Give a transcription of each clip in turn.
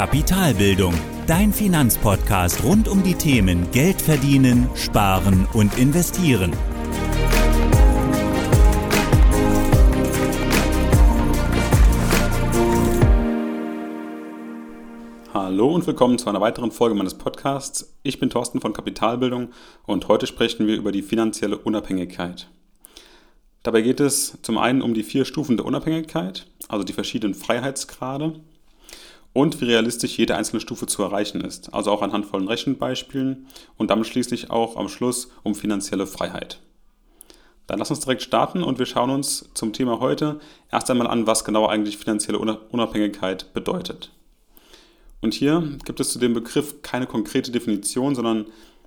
Kapitalbildung, dein Finanzpodcast rund um die Themen Geld verdienen, sparen und investieren. Hallo und willkommen zu einer weiteren Folge meines Podcasts. Ich bin Thorsten von Kapitalbildung und heute sprechen wir über die finanzielle Unabhängigkeit. Dabei geht es zum einen um die 4 Stufen der Unabhängigkeit, also die verschiedenen Freiheitsgrade und wie realistisch jede einzelne Stufe zu erreichen ist, also auch anhand von Rechenbeispielen und damit schließlich auch am Schluss um finanzielle Freiheit. Dann lass uns direkt starten und wir schauen uns zum Thema heute erst einmal an, was genau eigentlich finanzielle Unabhängigkeit bedeutet. Und hier gibt es zu dem Begriff keine konkrete Definition, sondern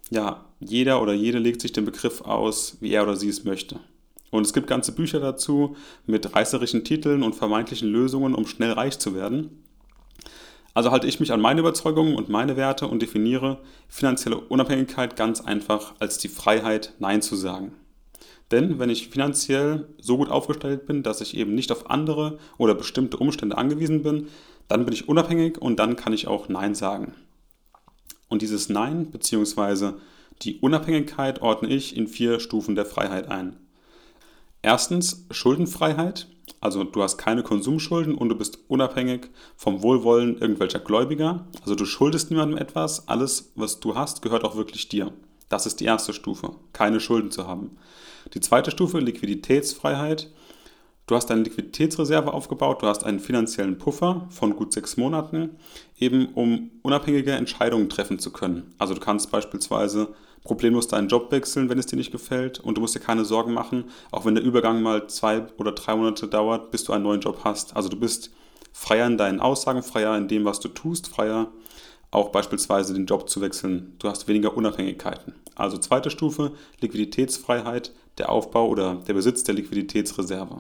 jeder oder jede legt sich den Begriff aus, wie er oder sie es möchte. Und es gibt ganze Bücher dazu mit reißerischen Titeln und vermeintlichen Lösungen, um schnell reich zu werden. Also halte ich mich an meine Überzeugungen und meine Werte und definiere finanzielle Unabhängigkeit ganz einfach als die Freiheit, Nein zu sagen. Denn wenn ich finanziell so gut aufgestellt bin, dass ich eben nicht auf andere oder bestimmte Umstände angewiesen bin, dann bin ich unabhängig und dann kann ich auch Nein sagen. Und dieses Nein bzw. die Unabhängigkeit ordne ich in 4 Stufen der Freiheit ein. Erstens Schuldenfreiheit, also du hast keine Konsumschulden und du bist unabhängig vom Wohlwollen irgendwelcher Gläubiger. Also du schuldest niemandem etwas, alles was du hast gehört auch wirklich dir. Das ist die erste Stufe, keine Schulden zu haben. Die zweite Stufe, Liquiditätsfreiheit. Du hast eine Liquiditätsreserve aufgebaut, du hast einen finanziellen Puffer von gut 6 Monaten, eben um unabhängige Entscheidungen treffen zu können. Also du kannst beispielsweise problemlos deinen Job wechseln, wenn es dir nicht gefällt und du musst dir keine Sorgen machen, auch wenn der Übergang mal 2 oder 3 Monate dauert, bis du einen neuen Job hast. Also du bist freier in deinen Aussagen, freier in dem, was du tust, freier auch beispielsweise den Job zu wechseln. Du hast weniger Unabhängigkeiten. Also zweite Stufe, Liquiditätsfreiheit, der Aufbau oder der Besitz der Liquiditätsreserve.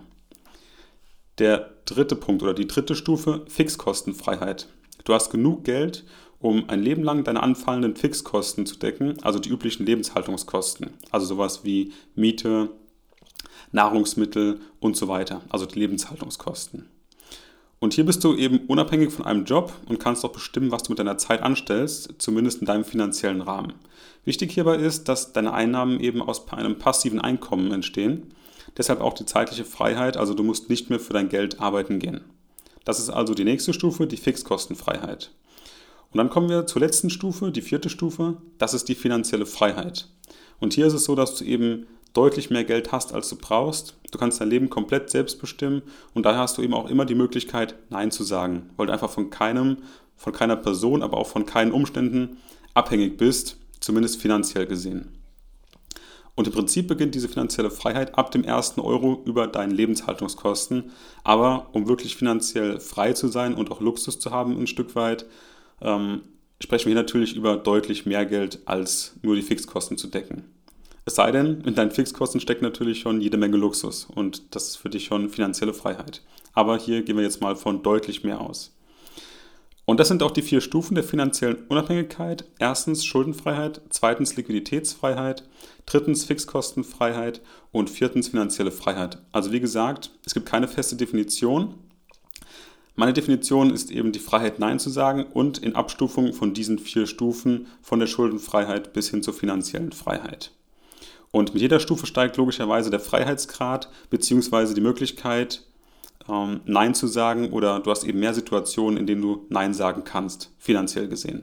Der dritte Punkt oder die dritte Stufe, Fixkostenfreiheit. Du hast genug Geld, um ein Leben lang deine anfallenden Fixkosten zu decken, also die üblichen Lebenshaltungskosten, also sowas wie Miete, Nahrungsmittel und so weiter, also die Lebenshaltungskosten. Und hier bist du eben unabhängig von einem Job und kannst auch bestimmen, was du mit deiner Zeit anstellst, zumindest in deinem finanziellen Rahmen. Wichtig hierbei ist, dass deine Einnahmen eben aus einem passiven Einkommen entstehen. Deshalb auch die zeitliche Freiheit, also du musst nicht mehr für dein Geld arbeiten gehen. Das ist also die nächste Stufe, die Fixkostenfreiheit. Und dann kommen wir zur letzten Stufe, die 4. Stufe, das ist die finanzielle Freiheit. Und hier ist es so, dass du eben deutlich mehr Geld hast, als du brauchst. Du kannst dein Leben komplett selbst bestimmen und daher hast du eben auch immer die Möglichkeit, Nein zu sagen, weil du einfach von keiner Person, aber auch von keinen Umständen abhängig bist, zumindest finanziell gesehen. Und im Prinzip beginnt diese finanzielle Freiheit ab dem ersten Euro über deinen Lebenshaltungskosten. Aber um wirklich finanziell frei zu sein und auch Luxus zu haben ein Stück weit, sprechen wir hier natürlich über deutlich mehr Geld, als nur die Fixkosten zu decken. Es sei denn, in deinen Fixkosten steckt natürlich schon jede Menge Luxus und das ist für dich schon finanzielle Freiheit. Aber hier gehen wir jetzt mal von deutlich mehr aus. Und das sind auch die 4 Stufen der finanziellen Unabhängigkeit. Erstens Schuldenfreiheit, zweitens Liquiditätsfreiheit, drittens Fixkostenfreiheit und viertens finanzielle Freiheit. Also wie gesagt, es gibt keine feste Definition. Meine Definition ist eben die Freiheit, Nein zu sagen und in Abstufung von diesen 4 Stufen von der Schuldenfreiheit bis hin zur finanziellen Freiheit. Und mit jeder Stufe steigt logischerweise der Freiheitsgrad bzw. die Möglichkeit, Nein zu sagen oder du hast eben mehr Situationen, in denen du Nein sagen kannst, finanziell gesehen.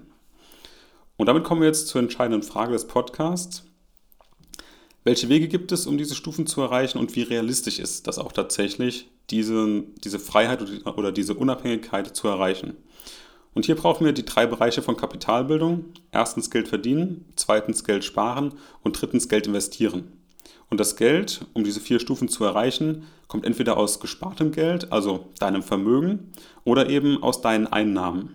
Und damit kommen wir jetzt zur entscheidenden Frage des Podcasts. Welche Wege gibt es, um diese Stufen zu erreichen und wie realistisch ist das auch tatsächlich, diese Freiheit oder diese Unabhängigkeit zu erreichen? Und hier brauchen wir die 3 Bereiche von Kapitalbildung. Erstens Geld verdienen, zweitens Geld sparen und drittens Geld investieren. Und das Geld, um diese 4 Stufen zu erreichen, kommt entweder aus gespartem Geld, also deinem Vermögen, oder eben aus deinen Einnahmen.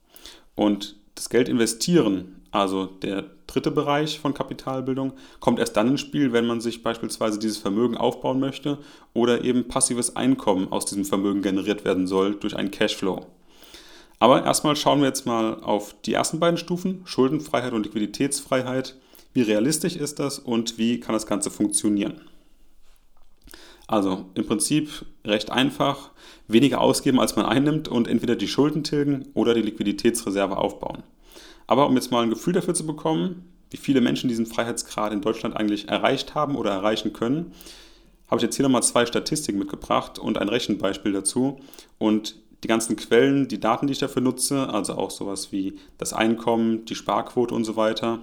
Und das Geld investieren, also der dritte Bereich von Kapitalbildung, kommt erst dann ins Spiel, wenn man sich beispielsweise dieses Vermögen aufbauen möchte oder eben passives Einkommen aus diesem Vermögen generiert werden soll durch einen Cashflow. Aber erstmal schauen wir jetzt mal auf die ersten beiden Stufen, Schuldenfreiheit und Liquiditätsfreiheit. Wie realistisch ist das und wie kann das Ganze funktionieren? Also im Prinzip recht einfach, weniger ausgeben, als man einnimmt und entweder die Schulden tilgen oder die Liquiditätsreserve aufbauen. Aber um jetzt mal ein Gefühl dafür zu bekommen, wie viele Menschen diesen Freiheitsgrad in Deutschland eigentlich erreicht haben oder erreichen können, habe ich jetzt hier nochmal 2 Statistiken mitgebracht und ein Rechenbeispiel dazu. Und die ganzen Quellen, die Daten, die ich dafür nutze, also auch sowas wie das Einkommen, die Sparquote und so weiter,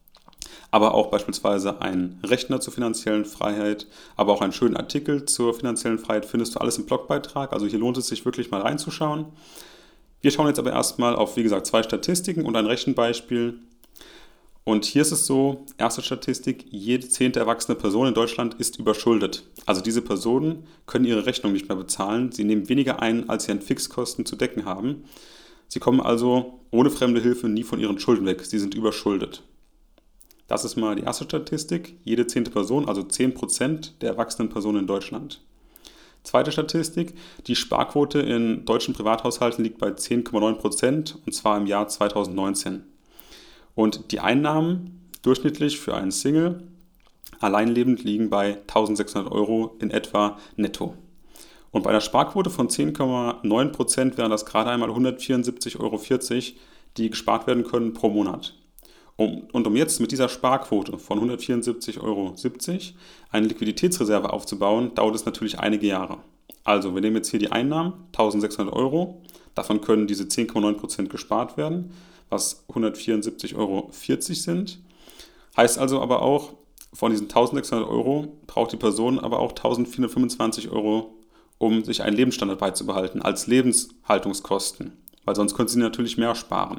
aber auch beispielsweise ein Rechner zur finanziellen Freiheit, aber auch einen schönen Artikel zur finanziellen Freiheit findest du alles im Blogbeitrag. Also hier lohnt es sich wirklich mal reinzuschauen. Wir schauen jetzt aber erstmal auf, wie gesagt, 2 Statistiken und ein Rechenbeispiel. Und hier ist es so, erste Statistik, jede 10. erwachsene Person in Deutschland ist überschuldet. Also diese Personen können ihre Rechnung nicht mehr bezahlen. Sie nehmen weniger ein, als sie an Fixkosten zu decken haben. Sie kommen also ohne fremde Hilfe nie von ihren Schulden weg. Sie sind überschuldet. Das ist mal die erste Statistik, jede 10. Person, also 10% der erwachsenen Personen in Deutschland. Zweite Statistik, die Sparquote in deutschen Privathaushalten liegt bei 10,9%, und zwar im Jahr 2019. Und die Einnahmen durchschnittlich für einen Single alleinlebend liegen bei 1.600 € in etwa netto. Und bei einer Sparquote von 10,9% wären das gerade einmal 174,40 €, die gespart werden können pro Monat. Und um jetzt mit dieser Sparquote von 174,70 € eine Liquiditätsreserve aufzubauen, dauert es natürlich einige Jahre. Also wir nehmen jetzt hier die Einnahmen, 1.600 €, davon können diese 10,9% gespart werden, was 174,40 € sind. Heißt also aber auch, von diesen 1.600 € braucht die Person aber auch 1.425 €, um sich einen Lebensstandard beizubehalten, als Lebenshaltungskosten, weil sonst könnte sie natürlich mehr sparen.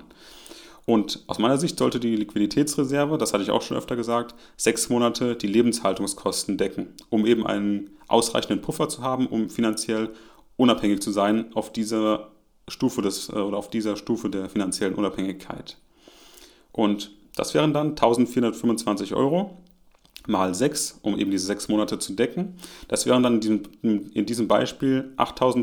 Und aus meiner Sicht sollte die Liquiditätsreserve, das hatte ich auch schon öfter gesagt, 6 Monate die Lebenshaltungskosten decken, um eben einen ausreichenden Puffer zu haben, um finanziell unabhängig zu sein auf dieser Stufe der finanziellen Unabhängigkeit. Und das wären dann 1.425 € mal 6, um eben diese 6 Monate zu decken. Das wären dann in diesem Beispiel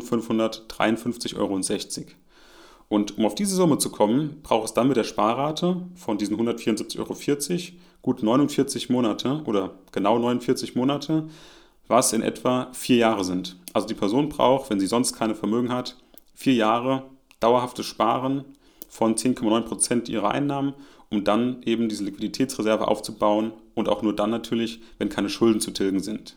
8.553,60 €. Und um auf diese Summe zu kommen, braucht es dann mit der Sparrate von diesen 174,40 € gut 49 Monate oder genau 49 Monate, was in etwa 4 Jahre sind. Also die Person braucht, wenn sie sonst keine Vermögen hat, 4 Jahre dauerhaftes Sparen von 10,9% ihrer Einnahmen, um dann eben diese Liquiditätsreserve aufzubauen und auch nur dann natürlich, wenn keine Schulden zu tilgen sind.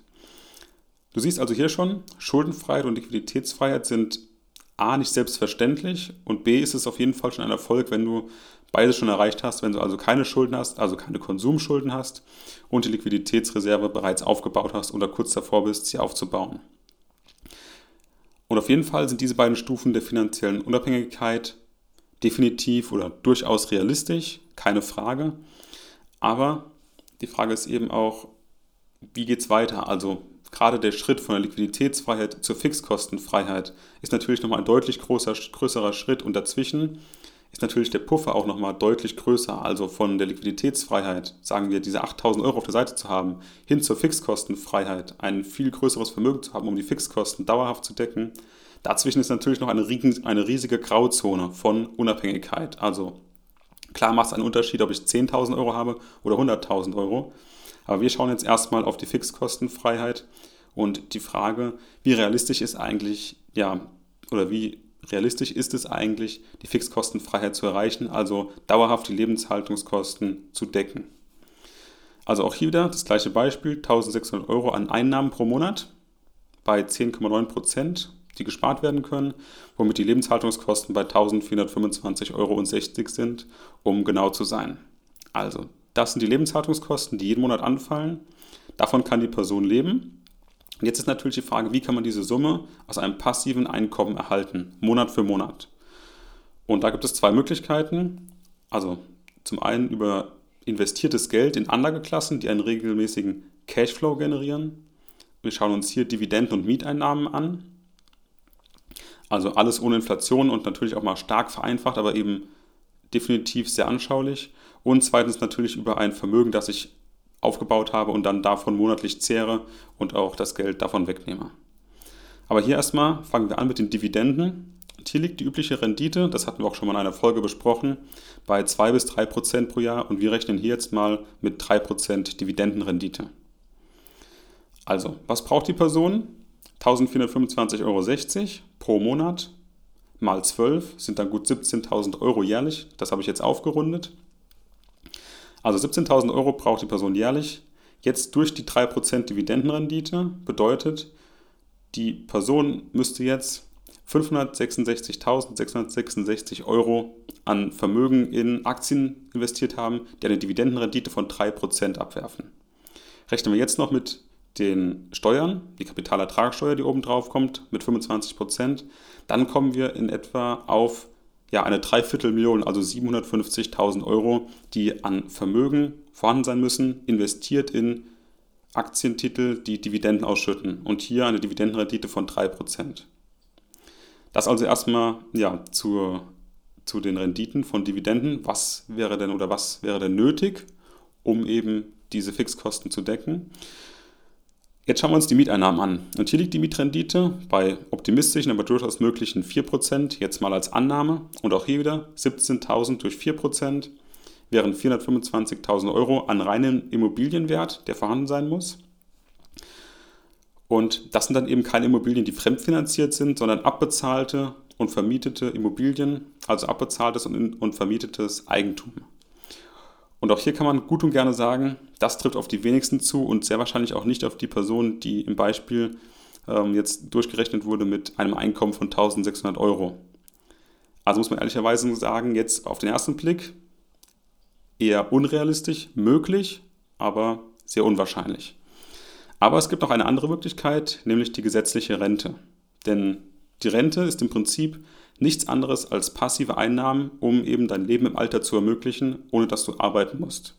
Du siehst also hier schon, Schuldenfreiheit und Liquiditätsfreiheit sind A, nicht selbstverständlich und B, ist es auf jeden Fall schon ein Erfolg, wenn du beides schon erreicht hast, wenn du also keine Schulden hast, also keine Konsumschulden hast und die Liquiditätsreserve bereits aufgebaut hast oder kurz davor bist, sie aufzubauen. Und auf jeden Fall sind diese beiden Stufen der finanziellen Unabhängigkeit definitiv oder durchaus realistisch, keine Frage. Aber die Frage ist eben auch, wie geht es weiter? Also gerade der Schritt von der Liquiditätsfreiheit zur Fixkostenfreiheit ist natürlich nochmal ein deutlich größerer Schritt und dazwischen ist natürlich der Puffer auch nochmal deutlich größer. Also von der Liquiditätsfreiheit, sagen wir, diese 8.000 € auf der Seite zu haben, hin zur Fixkostenfreiheit, ein viel größeres Vermögen zu haben, um die Fixkosten dauerhaft zu decken. Dazwischen ist natürlich noch eine riesige Grauzone von Unabhängigkeit. Also klar macht es einen Unterschied, ob ich 10.000 € habe oder 100.000 €. Aber wir schauen jetzt erstmal auf die Fixkostenfreiheit und die Frage, wie realistisch ist es eigentlich, die Fixkostenfreiheit zu erreichen, also dauerhaft die Lebenshaltungskosten zu decken. Also auch hier wieder das gleiche Beispiel, 1.600 € an Einnahmen pro Monat bei 10,9%, die gespart werden können, womit die Lebenshaltungskosten bei 1.425,60 € sind, um genau zu sein. Also das sind die Lebenshaltungskosten, die jeden Monat anfallen. Davon kann die Person leben. Und jetzt ist natürlich die Frage, wie kann man diese Summe aus einem passiven Einkommen erhalten, Monat für Monat. Und da gibt es 2 Möglichkeiten. Also zum einen über investiertes Geld in Anlageklassen, die einen regelmäßigen Cashflow generieren. Wir schauen uns hier Dividenden- und Mieteinnahmen an. Also alles ohne Inflation und natürlich auch mal stark vereinfacht, aber eben definitiv sehr anschaulich. Und zweitens natürlich über ein Vermögen, das ich aufgebaut habe und dann davon monatlich zehre und auch das Geld davon wegnehme. Aber hier erstmal fangen wir an mit den Dividenden. Und hier liegt die übliche Rendite, das hatten wir auch schon mal in einer Folge besprochen, bei 2-3% pro Jahr und wir rechnen hier jetzt mal mit 3% Dividendenrendite. Also, was braucht die Person? 1.425,60 € pro Monat mal 12 sind dann gut 17.000 € jährlich. Das habe ich jetzt aufgerundet. Also 17.000 € braucht die Person jährlich. Jetzt durch die 3% Dividendenrendite bedeutet, die Person müsste jetzt 566.666 € an Vermögen in Aktien investiert haben, die eine Dividendenrendite von 3% abwerfen. Rechnen wir jetzt noch mit den Steuern, die Kapitalertragssteuer, die oben drauf kommt, mit 25%, dann kommen wir in etwa auf eine Dreiviertelmillion, also 750.000 €, die an Vermögen vorhanden sein müssen, investiert in Aktientitel, die Dividenden ausschütten und hier eine Dividendenrendite von 3%. Das also erstmal zu den Renditen von Dividenden. Was wäre denn nötig, um eben diese Fixkosten zu decken? Jetzt schauen wir uns die Mieteinnahmen an. Und hier liegt die Mietrendite bei optimistischen, aber durchaus möglichen 4%, jetzt mal als Annahme. Und auch hier wieder 17.000 durch 4% wären 425.000 € an reinem Immobilienwert, der vorhanden sein muss. Und das sind dann eben keine Immobilien, die fremdfinanziert sind, sondern abbezahlte und vermietete Immobilien, also abbezahltes und vermietetes Eigentum. Und auch hier kann man gut und gerne sagen, das trifft auf die wenigsten zu und sehr wahrscheinlich auch nicht auf die Person, die im Beispiel jetzt durchgerechnet wurde mit einem Einkommen von 1.600 €. Also muss man ehrlicherweise sagen, jetzt auf den ersten Blick eher unrealistisch, möglich, aber sehr unwahrscheinlich. Aber es gibt noch eine andere Möglichkeit, nämlich die gesetzliche Rente. Denn die Rente ist im Prinzip nichts anderes als passive Einnahmen, um eben dein Leben im Alter zu ermöglichen, ohne dass du arbeiten musst.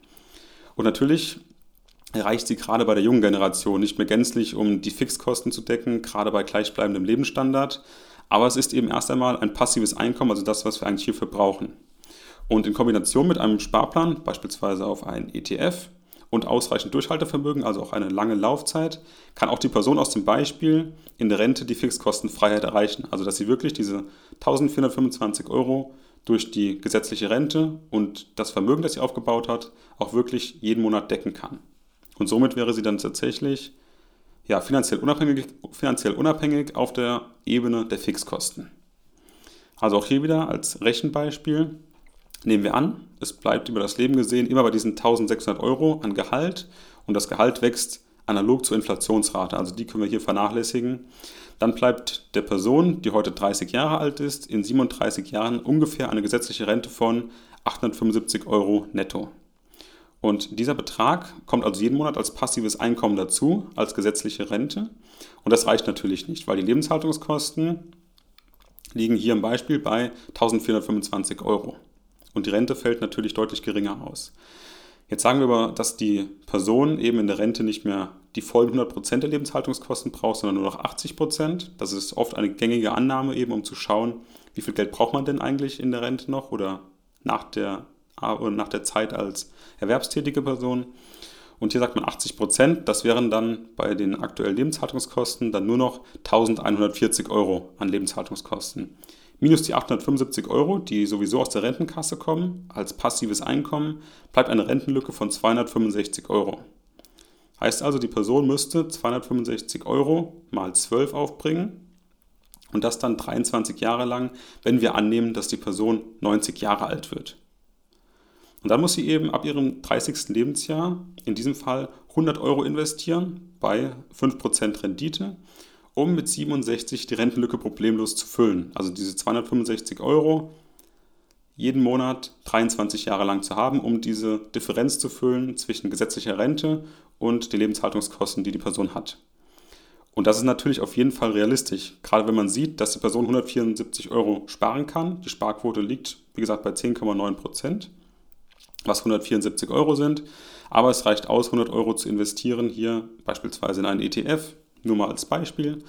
Und natürlich reicht sie gerade bei der jungen Generation nicht mehr gänzlich, um die Fixkosten zu decken, gerade bei gleichbleibendem Lebensstandard. Aber es ist eben erst einmal ein passives Einkommen, also das, was wir eigentlich hierfür brauchen. Und in Kombination mit einem Sparplan, beispielsweise auf einen ETF und ausreichend Durchhaltevermögen, also auch eine lange Laufzeit, kann auch die Person aus dem Beispiel in der Rente die Fixkostenfreiheit erreichen. Also dass sie wirklich diese 1.425 € durch die gesetzliche Rente und das Vermögen, das sie aufgebaut hat, auch wirklich jeden Monat decken kann. Und somit wäre sie dann tatsächlich finanziell unabhängig auf der Ebene der Fixkosten. Also auch hier wieder als Rechenbeispiel. Nehmen wir an, es bleibt über das Leben gesehen immer bei diesen 1.600 € an Gehalt und das Gehalt wächst analog zur Inflationsrate, also die können wir hier vernachlässigen. Dann bleibt der Person, die heute 30 Jahre alt ist, in 37 Jahren ungefähr eine gesetzliche Rente von 875 € netto. Und dieser Betrag kommt also jeden Monat als passives Einkommen dazu, als gesetzliche Rente. Und das reicht natürlich nicht, weil die Lebenshaltungskosten liegen hier im Beispiel bei 1.425 €. Und die Rente fällt natürlich deutlich geringer aus. Jetzt sagen wir aber, dass die Person eben in der Rente nicht mehr die vollen 100% der Lebenshaltungskosten braucht, sondern nur noch 80%. Das ist oft eine gängige Annahme eben, um zu schauen, wie viel Geld braucht man denn eigentlich in der Rente noch oder nach der Zeit als erwerbstätige Person. Und hier sagt man 80%, das wären dann bei den aktuellen Lebenshaltungskosten dann nur noch 1.140 € an Lebenshaltungskosten. Minus die 875 €, die sowieso aus der Rentenkasse kommen, als passives Einkommen, bleibt eine Rentenlücke von 265 €. Heißt also, die Person müsste 265 € mal 12 aufbringen und das dann 23 Jahre lang, wenn wir annehmen, dass die Person 90 Jahre alt wird. Und dann muss sie eben ab ihrem 30. Lebensjahr in diesem Fall 100 € investieren bei 5% Rendite, um mit 67 die Rentenlücke problemlos zu füllen. Also diese 265 € jeden Monat 23 Jahre lang zu haben, um diese Differenz zu füllen zwischen gesetzlicher Rente und den Lebenshaltungskosten, die die Person hat. Und das ist natürlich auf jeden Fall realistisch, gerade wenn man sieht, dass die Person 174 € sparen kann. Die Sparquote liegt, wie gesagt, bei 10,9%, was 174 € sind. Aber es reicht aus, 100 € zu investieren, hier beispielsweise in einen ETF, nur mal als Beispiel.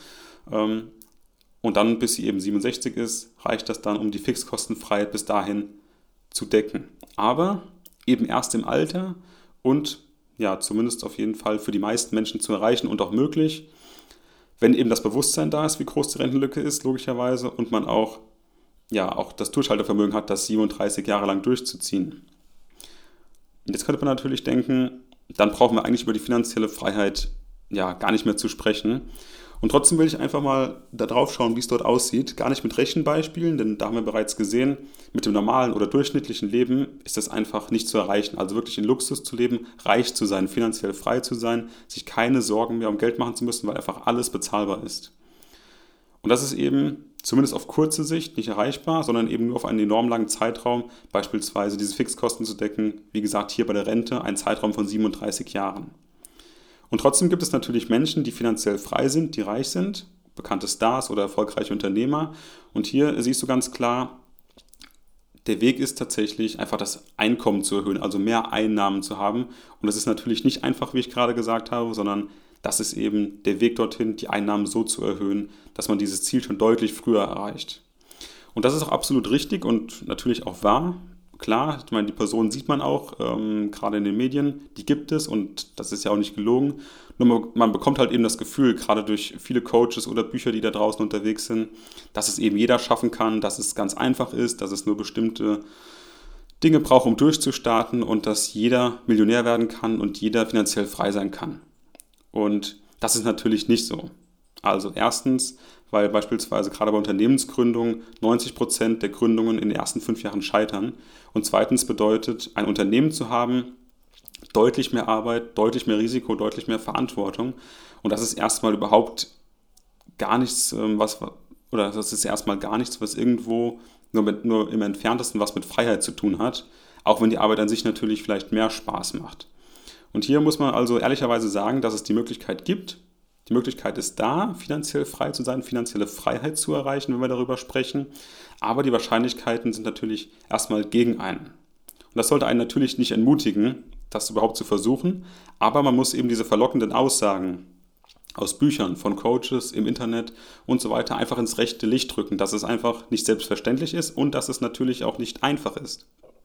Und dann, bis sie eben 67 ist, reicht das dann, um die Fixkostenfreiheit bis dahin zu decken. Aber eben erst im Alter und zumindest auf jeden Fall für die meisten Menschen zu erreichen und auch möglich, wenn eben das Bewusstsein da ist, wie groß die Rentenlücke ist, logischerweise, und man auch das Durchhaltevermögen hat, das 37 Jahre lang durchzuziehen. Und jetzt könnte man natürlich denken, dann brauchen wir eigentlich über die finanzielle Freiheit gar nicht mehr zu sprechen. Und trotzdem will ich einfach mal da drauf schauen, wie es dort aussieht. Gar nicht mit Rechenbeispielen, denn da haben wir bereits gesehen, mit dem normalen oder durchschnittlichen Leben ist das einfach nicht zu erreichen. Also wirklich in Luxus zu leben, reich zu sein, finanziell frei zu sein, sich keine Sorgen mehr um Geld machen zu müssen, weil einfach alles bezahlbar ist. Und das ist eben zumindest auf kurze Sicht nicht erreichbar, sondern eben nur auf einen enorm langen Zeitraum, beispielsweise diese Fixkosten zu decken, wie gesagt hier bei der Rente, ein Zeitraum von 37 Jahren. Und trotzdem gibt es natürlich Menschen, die finanziell frei sind, die reich sind, bekannte Stars oder erfolgreiche Unternehmer. Und hier siehst du ganz klar, der Weg ist tatsächlich einfach das Einkommen zu erhöhen, also mehr Einnahmen zu haben. Und das ist natürlich nicht einfach, wie ich gerade gesagt habe, sondern das ist eben der Weg dorthin, die Einnahmen so zu erhöhen, dass man dieses Ziel schon deutlich früher erreicht. Und das ist auch absolut richtig und natürlich auch wahr. Klar, ich meine, die Person sieht man auch, gerade in den Medien, die gibt es und das ist ja auch nicht gelogen. Nur man bekommt halt eben das Gefühl, gerade durch viele Coaches oder Bücher, die da draußen unterwegs sind, dass es eben jeder schaffen kann, dass es ganz einfach ist, dass es nur bestimmte Dinge braucht, um durchzustarten und dass jeder Millionär werden kann und jeder finanziell frei sein kann. Und das ist natürlich nicht so. Also erstens, weil beispielsweise gerade bei Unternehmensgründungen 90% der Gründungen in den ersten 5 Jahren scheitern. Und zweitens bedeutet, ein Unternehmen zu haben, deutlich mehr Arbeit, deutlich mehr Risiko, deutlich mehr Verantwortung. Und das ist erstmal überhaupt gar nichts, das ist erstmal gar nichts, was irgendwo nur im Entferntesten was mit Freiheit zu tun hat. Auch wenn die Arbeit an sich natürlich vielleicht mehr Spaß macht. Und hier muss man also ehrlicherweise sagen, dass es die Möglichkeit gibt. Die Möglichkeit ist da, finanziell frei zu sein, finanzielle Freiheit zu erreichen, wenn wir darüber sprechen. Aber die Wahrscheinlichkeiten sind natürlich erstmal gegen einen. Und das sollte einen natürlich nicht entmutigen, das überhaupt zu versuchen. Aber man muss eben diese verlockenden Aussagen aus Büchern, von Coaches, im Internet und so weiter einfach ins rechte Licht drücken, dass es einfach nicht selbstverständlich ist und dass es natürlich auch nicht einfach ist.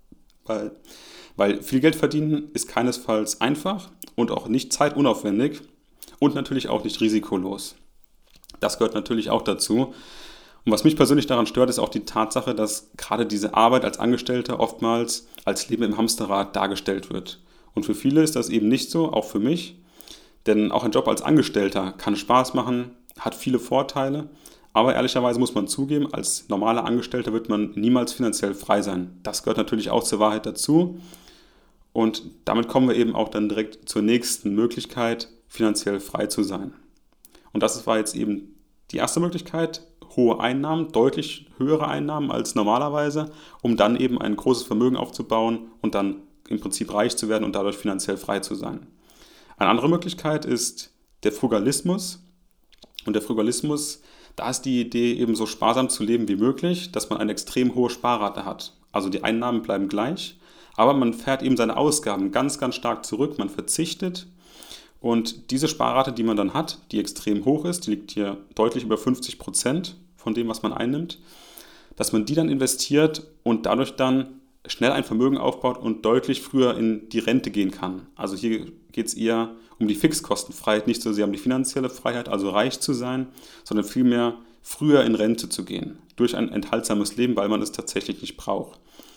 Weil viel Geld verdienen ist keinesfalls einfach und auch nicht zeitunaufwendig. Und natürlich auch nicht risikolos. Das gehört natürlich auch dazu. Und was mich persönlich daran stört, ist auch die Tatsache, dass gerade diese Arbeit als Angestellter oftmals als Leben im Hamsterrad dargestellt wird. Und für viele ist das eben nicht so, auch für mich. Denn auch ein Job als Angestellter kann Spaß machen, hat viele Vorteile. Aber ehrlicherweise muss man zugeben, als normaler Angestellter wird man niemals finanziell frei sein. Das gehört natürlich auch zur Wahrheit dazu. Und damit kommen wir eben auch dann direkt zur nächsten Möglichkeit, finanziell frei zu sein. Und das war jetzt eben die erste Möglichkeit, hohe Einnahmen, deutlich höhere Einnahmen als normalerweise, um dann eben ein großes Vermögen aufzubauen und dann im Prinzip reich zu werden und dadurch finanziell frei zu sein. Eine andere Möglichkeit ist der Frugalismus. Und der Frugalismus, da ist die Idee eben so sparsam zu leben wie möglich, dass man eine extrem hohe Sparrate hat. Also die Einnahmen bleiben gleich, aber man fährt eben seine Ausgaben ganz, ganz stark zurück, man verzichtet. Und diese Sparrate, die man dann hat, die extrem hoch ist, die liegt hier deutlich über 50% von dem, was man einnimmt, dass man die dann investiert und dadurch dann schnell ein Vermögen aufbaut und deutlich früher in die Rente gehen kann. Also hier geht es eher um die Fixkostenfreiheit, nicht so sehr um die finanzielle Freiheit, also reich zu sein, sondern vielmehr früher in Rente zu gehen, durch ein enthaltsames Leben, weil man es tatsächlich nicht braucht.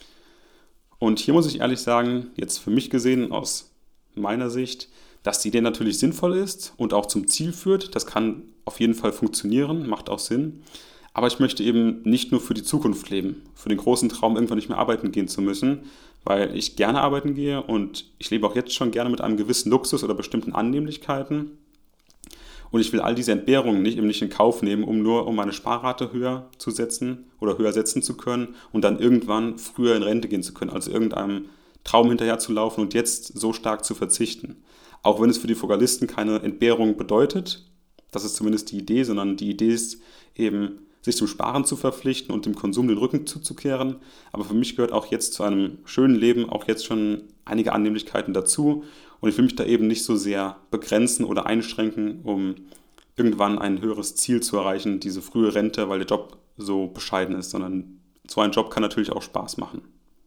Und hier muss ich ehrlich sagen, jetzt für mich gesehen, aus meiner Sicht, dass die Idee natürlich sinnvoll ist und auch zum Ziel führt. Das kann auf jeden Fall funktionieren, macht auch Sinn. Aber ich möchte eben nicht nur für die Zukunft leben, für den großen Traum, irgendwann nicht mehr arbeiten gehen zu müssen, weil ich gerne arbeiten gehe und ich lebe auch jetzt schon gerne mit einem gewissen Luxus oder bestimmten Annehmlichkeiten. Und ich will all diese Entbehrungen nicht in Kauf nehmen, um meine Sparrate höher zu setzen oder höher setzen zu können und dann irgendwann früher in Rente gehen zu können, also irgendeinem Traum hinterher zu laufen und jetzt so stark zu verzichten. Auch wenn es für die Frugalisten keine Entbehrung bedeutet, das ist zumindest die Idee, sondern die Idee ist eben, sich zum Sparen zu verpflichten und dem Konsum den Rücken zuzukehren. Aber für mich gehört auch jetzt zu einem schönen Leben auch jetzt schon einige Annehmlichkeiten dazu. Und ich will mich da eben nicht so sehr begrenzen oder einschränken, um irgendwann ein höheres Ziel zu erreichen, diese frühe Rente, weil der Job so bescheiden ist, sondern so ein Job kann natürlich auch Spaß machen.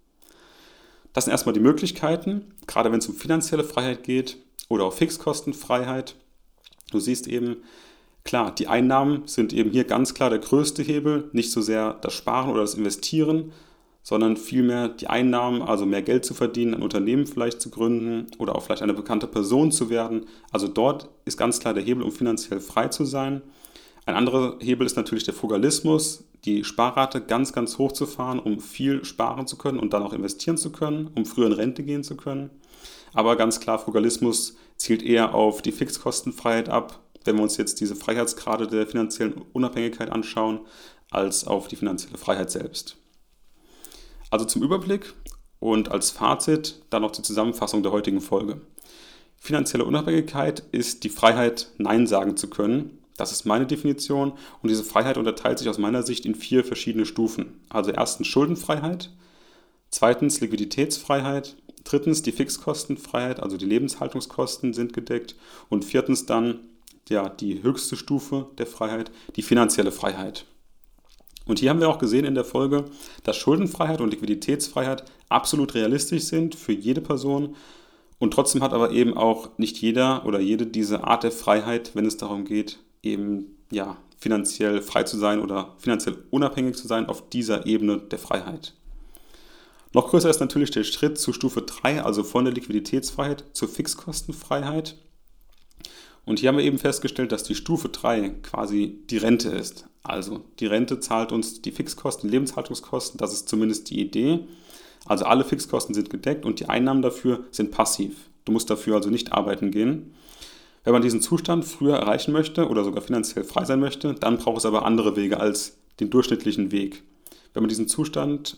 Das sind erstmal die Möglichkeiten, gerade wenn es um finanzielle Freiheit geht oder auch Fixkostenfreiheit. Du siehst eben, klar, die Einnahmen sind eben hier ganz klar der größte Hebel, nicht so sehr das Sparen oder das Investieren, sondern vielmehr die Einnahmen, also mehr Geld zu verdienen, ein Unternehmen vielleicht zu gründen oder auch vielleicht eine bekannte Person zu werden. Also dort ist ganz klar der Hebel, um finanziell frei zu sein. Ein anderer Hebel ist natürlich der Frugalismus, die Sparrate ganz, ganz hoch zu fahren, um viel sparen zu können und dann auch investieren zu können, um früher in Rente gehen zu können. Aber ganz klar, Frugalismus zielt eher auf die Fixkostenfreiheit ab, wenn wir uns jetzt diese Freiheitsgrade der finanziellen Unabhängigkeit anschauen, als auf die finanzielle Freiheit selbst. Also zum Überblick und als Fazit dann noch die Zusammenfassung der heutigen Folge. Finanzielle Unabhängigkeit ist die Freiheit, Nein sagen zu können. Das ist meine Definition und diese Freiheit unterteilt sich aus meiner Sicht in 4 verschiedene Stufen. Also erstens Schuldenfreiheit, zweitens Liquiditätsfreiheit, drittens die Fixkostenfreiheit, also die Lebenshaltungskosten sind gedeckt und viertens dann die höchste Stufe der Freiheit, die finanzielle Freiheit. Und hier haben wir auch gesehen in der Folge, dass Schuldenfreiheit und Liquiditätsfreiheit absolut realistisch sind für jede Person und trotzdem hat aber eben auch nicht jeder oder jede diese Art der Freiheit, wenn es darum geht, eben finanziell frei zu sein oder finanziell unabhängig zu sein auf dieser Ebene der Freiheit. Noch größer ist natürlich der Schritt zu Stufe 3, also von der Liquiditätsfreiheit zur Fixkostenfreiheit. Und hier haben wir eben festgestellt, dass die Stufe 3 quasi die Rente ist. Also die Rente zahlt uns die Fixkosten, die Lebenshaltungskosten, das ist zumindest die Idee. Also alle Fixkosten sind gedeckt und die Einnahmen dafür sind passiv. Du musst dafür also nicht arbeiten gehen. Wenn man diesen Zustand früher erreichen möchte oder sogar finanziell frei sein möchte, dann braucht es aber andere Wege als den durchschnittlichen Weg. Wenn man diesen Zustand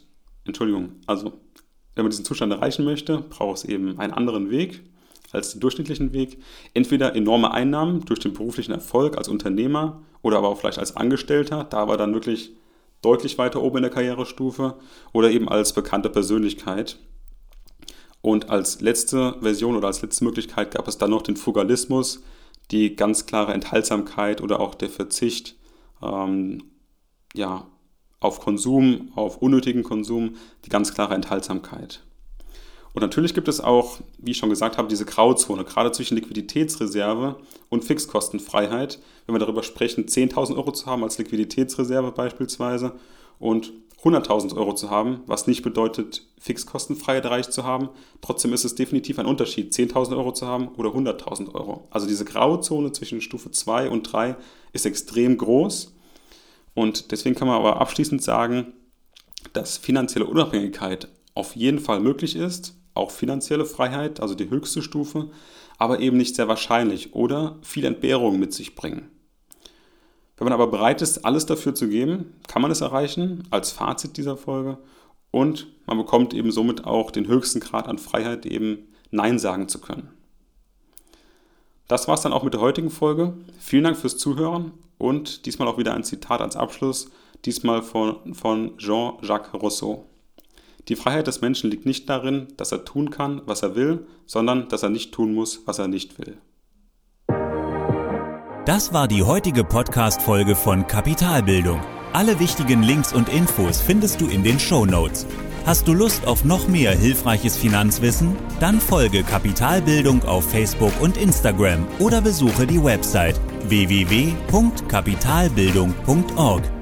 erreichen möchte, braucht es eben einen anderen Weg als den durchschnittlichen Weg. Entweder enorme Einnahmen durch den beruflichen Erfolg als Unternehmer oder aber auch vielleicht als Angestellter, da war dann wirklich deutlich weiter oben in der Karrierestufe oder eben als bekannte Persönlichkeit. Und als letzte Version oder als letzte Möglichkeit gab es dann noch den Frugalismus, die ganz klare Enthaltsamkeit oder auch der Verzicht auf Konsum, auf unnötigen Konsum, die ganz klare Enthaltsamkeit. Und natürlich gibt es auch, wie ich schon gesagt habe, diese Grauzone, gerade zwischen Liquiditätsreserve und Fixkostenfreiheit. Wenn wir darüber sprechen, 10.000 Euro zu haben als Liquiditätsreserve beispielsweise und 100.000 Euro zu haben, was nicht bedeutet, Fixkostenfreiheit erreicht zu haben. Trotzdem ist es definitiv ein Unterschied, 10.000 Euro zu haben oder 100.000 Euro. Also diese Grauzone zwischen Stufe 2 und 3 ist extrem groß. Und deswegen kann man aber abschließend sagen, dass finanzielle Unabhängigkeit auf jeden Fall möglich ist, auch finanzielle Freiheit, also die höchste Stufe, aber eben nicht sehr wahrscheinlich oder viel Entbehrung mit sich bringen. Wenn man aber bereit ist, alles dafür zu geben, kann man es erreichen, als Fazit dieser Folge, und man bekommt eben somit auch den höchsten Grad an Freiheit, eben Nein sagen zu können. Das war es dann auch mit der heutigen Folge. Vielen Dank fürs Zuhören und diesmal auch wieder ein Zitat als Abschluss, diesmal von Jean-Jacques Rousseau. Die Freiheit des Menschen liegt nicht darin, dass er tun kann, was er will, sondern dass er nicht tun muss, was er nicht will. Das war die heutige Podcast-Folge von Kapitalbildung. Alle wichtigen Links und Infos findest du in den Shownotes. Hast du Lust auf noch mehr hilfreiches Finanzwissen? Dann folge Kapitalbildung auf Facebook und Instagram oder besuche die Website www.kapitalbildung.org.